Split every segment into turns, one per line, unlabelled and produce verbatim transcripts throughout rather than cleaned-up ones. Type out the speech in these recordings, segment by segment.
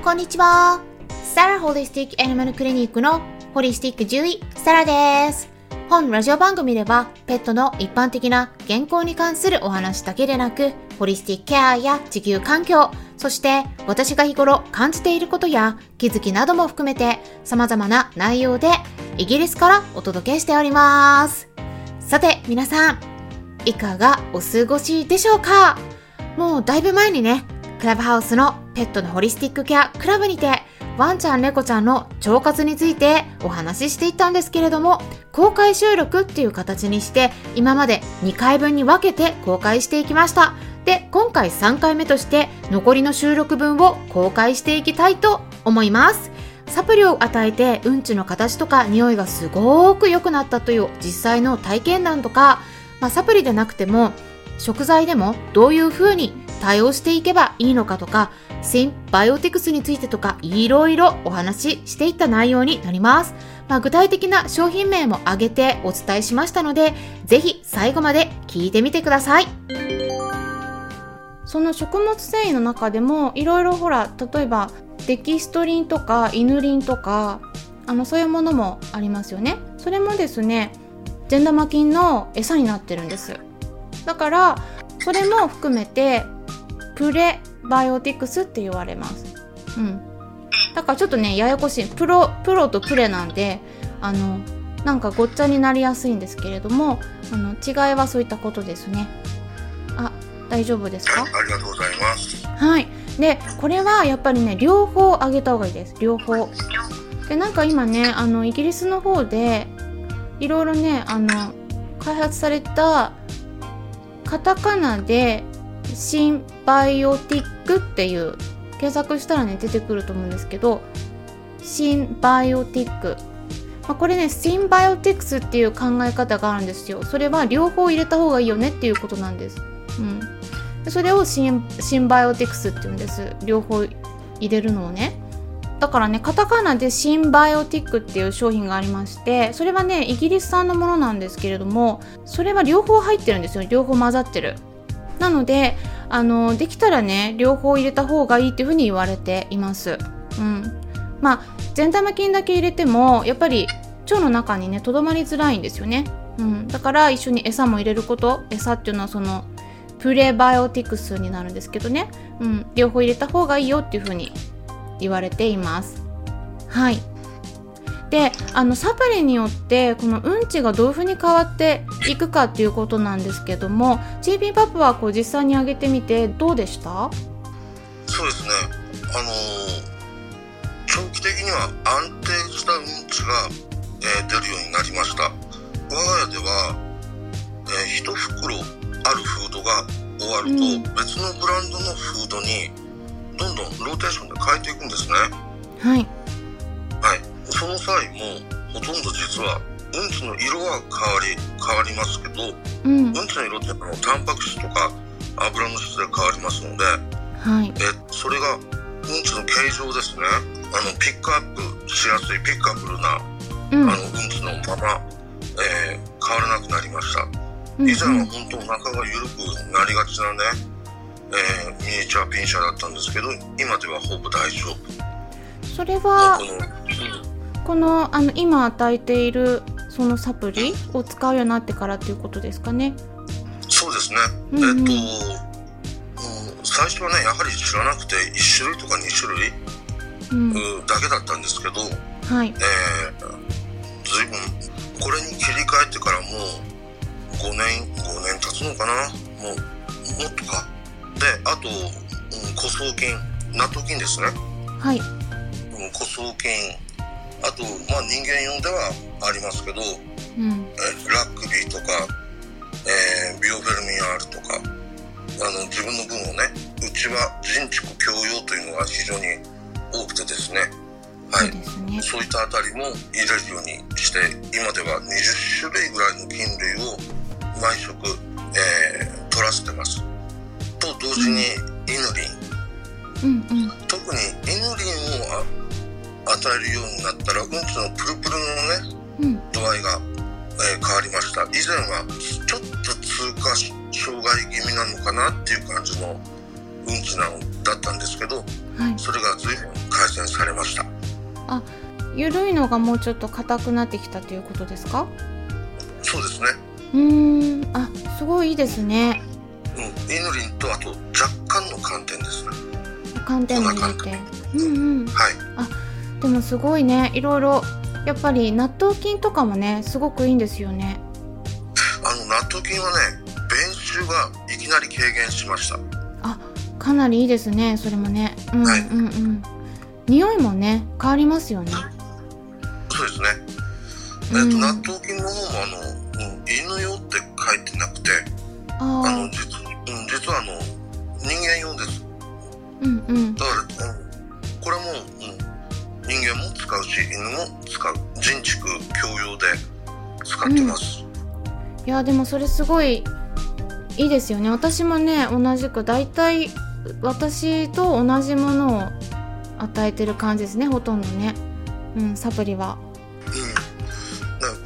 こんにちは。サラホリスティックアニマルクリニックのホリスティック獣医、サラです。本ラジオ番組では、ペットの一般的な健康に関するお話だけでなく、ホリスティックケアや地球環境、そして私が日頃感じていることや気づきなども含めて様々な内容でイギリスからお届けしております。さて皆さん、いかがお過ごしでしょうか？もうだいぶ前にね、クラブハウスのペットのホリスティックケアクラブにてワンちゃん猫ちゃんの腸活についてお話ししていったんですけれども、公開収録っていう形にして今までにかいぶんに分けて公開していきました。で、今回さんかいめとして残りの収録分を公開していきたいと思います。サプリを与えてうんちの形とか匂いがすごーく良くなったという実際の体験談とか、まあ、サプリでなくても食材でもどういう風に対応していけばいいのかとか、シンバイオティクスについてとかいろいろお話ししていった内容になります。まあ、具体的な商品名も挙げてお伝えしましたので、ぜひ最後まで聞いてみてください。その食物繊維の中でもいろいろほら、例えばデキストリンとかイヌリンとかあのそういうものもありますよね。それもですね、善玉菌の餌になってるんです。だからそれも含めてプレバイオティクスって言われます。うん。だからちょっとね、ややこしい。プロ、プロとプレなんで、あの、なんかごっちゃになりやすいんですけれども、あの、違いはそういったことですね。あ、大丈夫ですか？
はい、ありがとうございます。
はい。で、これはやっぱりね、両方あげた方がいいです。両方。で、なんか今ね、あの、イギリスの方で、いろいろね、あの、開発された、カタカナで、シンバイオティックっていう検索したらね出てくると思うんですけど、シンバイオティック、まあ、これねシンバイオティクスっていう考え方があるんですよ。それは両方入れた方がいいよねっていうことなんです。うん、でそれをシン、シンバイオティクスって言うんです。両方入れるのをね。だからね、カタカナでシンバイオティックっていう商品がありまして、それはねイギリス産のものなんですけれども、それは両方入ってるんですよ。両方混ざってる。なので、あの、できたらね、両方入れた方がいいっていうふうに言われています。うん。まあ、善玉菌だけ入れても、やっぱり腸の中にね、とどまりづらいんですよね。うん。だから一緒に餌も入れること、餌っていうのはその、プレバイオティクスになるんですけどね。うん。両方入れた方がいいよっていうふうに言われています。はい。で、あのサプリによってこのうんちがどういう風に変わっていくかっていうことなんですけども、 ジーピー パップはこう実際にあげてみてどうでした？
そうですね、あのー、長期的には安定したうんちが、えー、出るようになりました。我が家では、えー、いち袋あるフードが終わると、うん、別のブランドのフードにどんどんローテーションで変えていくんですね。
はい。
はい。その際もほとんど実はうんちの色は変わり変わりますけど、うん、うんちの色ってのはタンパク質とか油の質で変わりますので、
はい、
えそれがうんちの形状ですね。あのピックアップしやすいピッカブルな、うん、あのうんちのまま、えー、変わらなくなりました。以前は本当お腹が緩くなりがちなね、えー、ミニチュアピンシャだったんですけど、今ではほぼ大丈夫。
それはこの、あの今与えているそのサプリを使うようになってからっていうことですかね？
そうですね、うんうん、えっと、うん、最初はねやはり知らなくていち種類とかに種類、うん、だけだったんですけど、
はい、
えー、随分これに切り替えてからもうごねんごねん経つのかな、もうもっとかで、あと、うん、枯草菌、納豆菌ですね。
はい、
枯草菌、あと、まあ、人間用ではありますけど、うん、えラックビーとか、えー、ビオフェルミン R とか、あの自分の分をね、うちは人畜共用というのが非常に多くてですね、はい、そうですね、そういったあたりも入れるようにして、今ではにじゅっ種類ぐらいの菌類を毎食、えー、取らせてます。と同時にイヌリン、うんうん、特にイヌリンを与えるようになったらうんちのプルプルのね、うん、度合いが、えー、変わりました。以前はちょっと通過障害気味なのかなっていう感じのうんちなのだったんですけど、はい、それが随分改善されました。
あ、緩いのがもうちょっと硬くなってきたということですか？
そうですね。
うーん、あ、すごいいいですね。
うん、イヌリンとあと若干の寒天ですね。
寒天も入れて、うんうん、
はい。
あ、でもすごいね、いろいろやっぱり納豆菌とかもねすごくいいんですよね。
あの納豆菌はね、便臭がいきなり軽減しました。
あ、かなりいいですね、それもね。うんうんうん、はい、匂いもね変わりますよね。
そうですね。えっと、うん、納豆菌の方もあの、うん、犬用って書いてなくて、ああの 実, うん、実はあの人間用です。
うんうん。
だから、うん、これも、うん、人間も使うし犬も使う、人畜共用で使ってます。
うん、いやでもそれすごいいいですよね。私もね同じくだいたい私と同じものを与えてる感じですね、ほとんどね。うん、サプリは。
うん、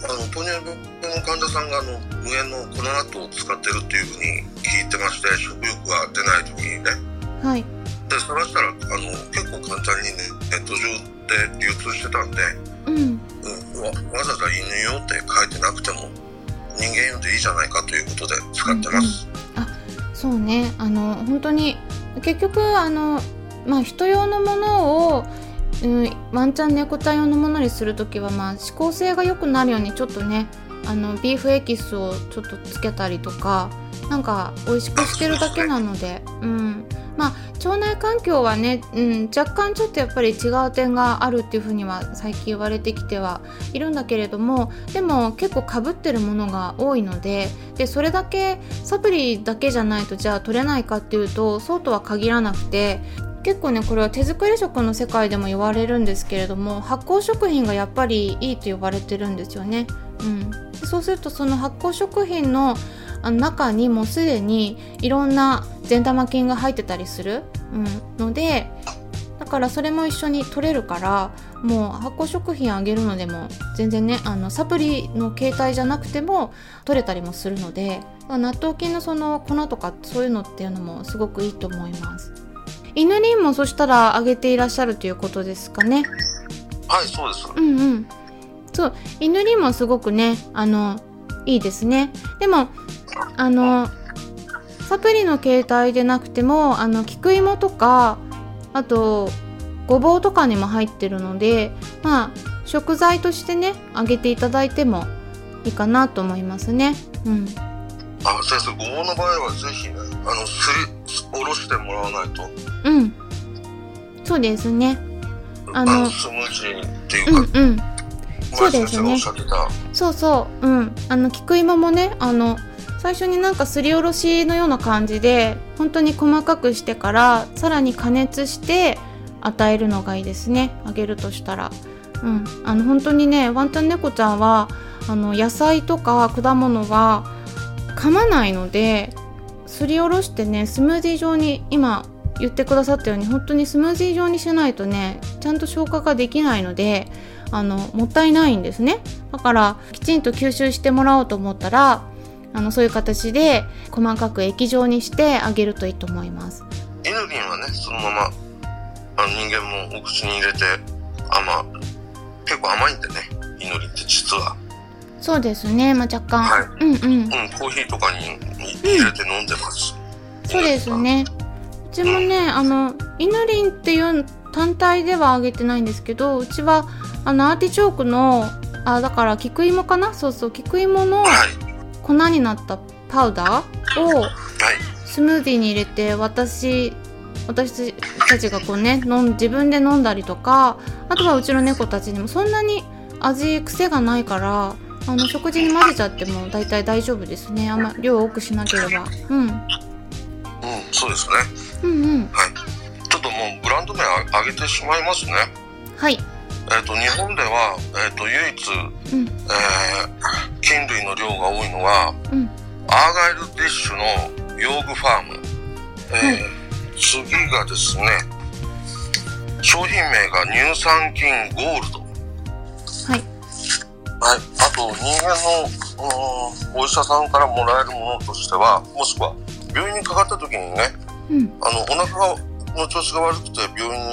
あの糖尿病の患者さんがあの無塩の粉納豆を使ってるっていうふうに聞いてまして、食欲が出ない時にね。
はい。
で探したらあの結構簡単にねネット上で流通してたんで、
うん、
うん、わ, わざわざ犬用って書いてなくても人間用でいいじゃないかということで使ってます。
うんうん、あ、そうね。あの本当に結局あのまあ人用のものをうん、ワンちゃん猫ちゃん用のものにするときは、まあ、指向性が良くなるようにちょっとねあのビーフエキスをちょっとつけたりとかなんか美味しくしてるだけなので、うん、まあ腸内環境はね、うん、若干ちょっとやっぱり違う点があるっていうふうには最近言われてきてはいるんだけれども、でも結構被ってるものが多いので、でそれだけサプリだけじゃないとじゃあ取れないかっていうとそうとは限らなくて、結構ねこれは手作り食の世界でも言われるんですけれども、発酵食品がやっぱりいいと言われてるんですよね。うん、でそうするとその発酵食品の中にもすでにいろんな善玉菌が入ってたりする、うん、ので、だからそれも一緒に取れるから、もう発酵食品あげるのでも全然ねあのサプリの形態じゃなくても取れたりもするので、納豆菌のその粉とかそういうのっていうのもすごくいいと思います。犬リンもそしたらあげていらっしゃるということですかね。
はい、そうです。
うんうん。そう、犬リンもすごくねあのいいですね。でもあのサプリの形態でなくてもあの菊芋とかあとごぼうとかにも入ってるので、まあ食材としてねあげていただいてもいいかなと思いますね。うん。
あ、先生、ごぼうの場合はぜひねあのすりおろしてもらわないと。
うん、そうですね。
あの、あのスムージーっていうか、うんうん、
そうですね。そうそう、うん、あの菊芋もね、あの最初になんかすりおろしのような感じで本当に細かくしてからさらに加熱して与えるのがいいですね。あげるとしたら、うん、あの本当にねワンちゃん猫ちゃんはあの野菜とか果物は噛まないので、すりおろしてねスムージー状に今言ってくださったように本当にスムージー状にしないとねちゃんと消化ができないので、あのもったいないんですね。だからきちんと吸収してもらおうと思ったらあのそういう形で細かく液状にしてあげるといいと思います。
イヌリンはねそのままあの人間もお口に入れて甘結構甘いんでね、イヌリンって実は
そうですね、まあ、若干、
はい、
うんうん、うん、
コーヒーとかに入れて飲んでます、
うん、そうですね。うちもね、うん、あのイヌリンっていう単体ではあげてないんですけど、うちはあのアーティチョークのあだから菊芋かな、そうそう菊芋の粉になったパウダーをスムージーに入れて私私たちがこうね飲ん自分で飲んだりとか、あとはうちの猫たちにもそんなに味癖がないからあの食事に混ぜちゃっても大体大丈夫ですね。あんま量多くしなければ。うん。うん、
そうですね。
うんうん。
はい。ちょっともうブランド名あげてしまいますね。
はい。
えっと日本ではえっと唯一、うんえー、菌類の量が多いのは、うん、アーガイルディッシュのヨーグファーム。えーはい、次がですね、商品名が乳酸菌ゴールド。
はい。
はい、あと人間のお医者さんからもらえるものとしては、もしくは病院にかかった時にね、うん、あのお腹の調子が悪くて病院に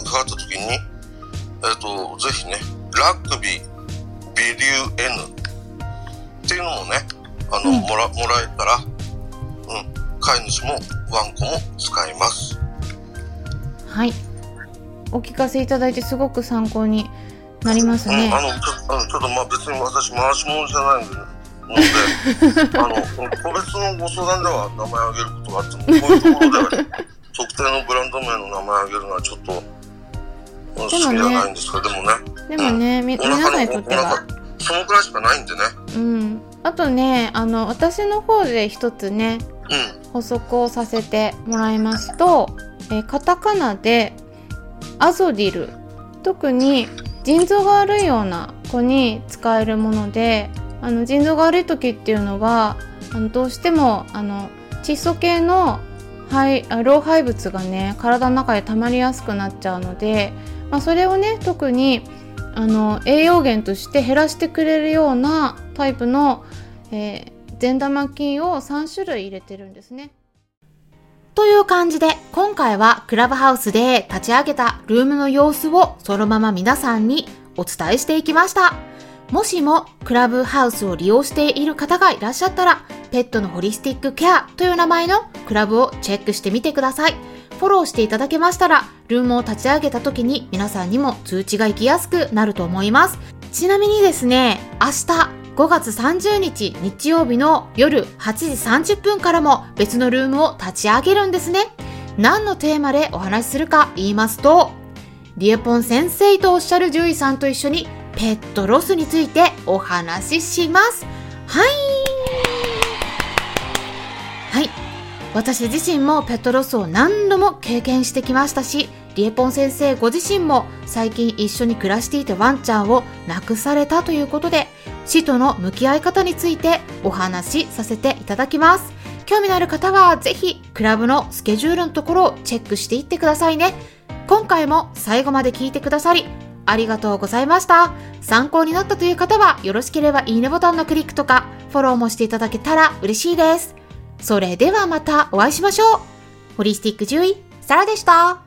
かかった時に、えっと、ぜひね、ラグビー、ビリュー N っていうのもね、あの、うん、もら、もらえたら、うん、飼い主もワンコも使えます。
はい。お聞かせいただいてすごく参考になりますね。
うん、あの、ちょ、あのちょっとまあ別に私回し物じゃないので、あの、個別のご相談では名前を挙げることがあっても、こういうところでは、特定のブランド名の名前を挙げるのはちょっと、好きじゃないんですけど、でもね。
でもね、うん、み皆さんにとっては。
そのくらいしかないんでね。
うん。あとね、あの、私の方で一つね、うん、補足をさせてもらいますと、えカタカナで、アゾディル、特に腎臓が悪いような子に使えるもので、あの腎臓が悪い時っていうのはあのどうしてもあの窒素系の老廃物がね体の中で溜まりやすくなっちゃうので、まあ、それをね特にあの栄養源として減らしてくれるようなタイプの、えー、善玉菌をさん種類入れてるんですね。という感じで今回はクラブハウスで立ち上げたルームの様子をそのまま皆さんにお伝えしていきました。もしもクラブハウスを利用している方がいらっしゃったら、ペットのホリスティックケアという名前のクラブをチェックしてみてください。フォローしていただけましたら、ルームを立ち上げた時に皆さんにも通知が行きやすくなると思います。ちなみにですね、明日ごがつさんじゅうにち日曜日の夜はちじさんじゅっぷんからも別のルームを立ち上げるんですね。何のテーマでお話しするか言いますと、リエポン先生とおっしゃる獣医さんと一緒にペットロスについてお話しします。はいはい。私自身もペットロスを何度も経験してきましたし、リエポン先生ご自身も最近一緒に暮らしていたワンちゃんを亡くされたということで、死との向き合い方についてお話しさせていただきます。興味のある方はぜひクラブのスケジュールのところをチェックしていってくださいね。今回も最後まで聞いてくださりありがとうございました。参考になったという方はよろしければいいねボタンのクリックとかフォローもしていただけたら嬉しいです。それではまたお会いしましょう。ホリスティック獣医、サラでした。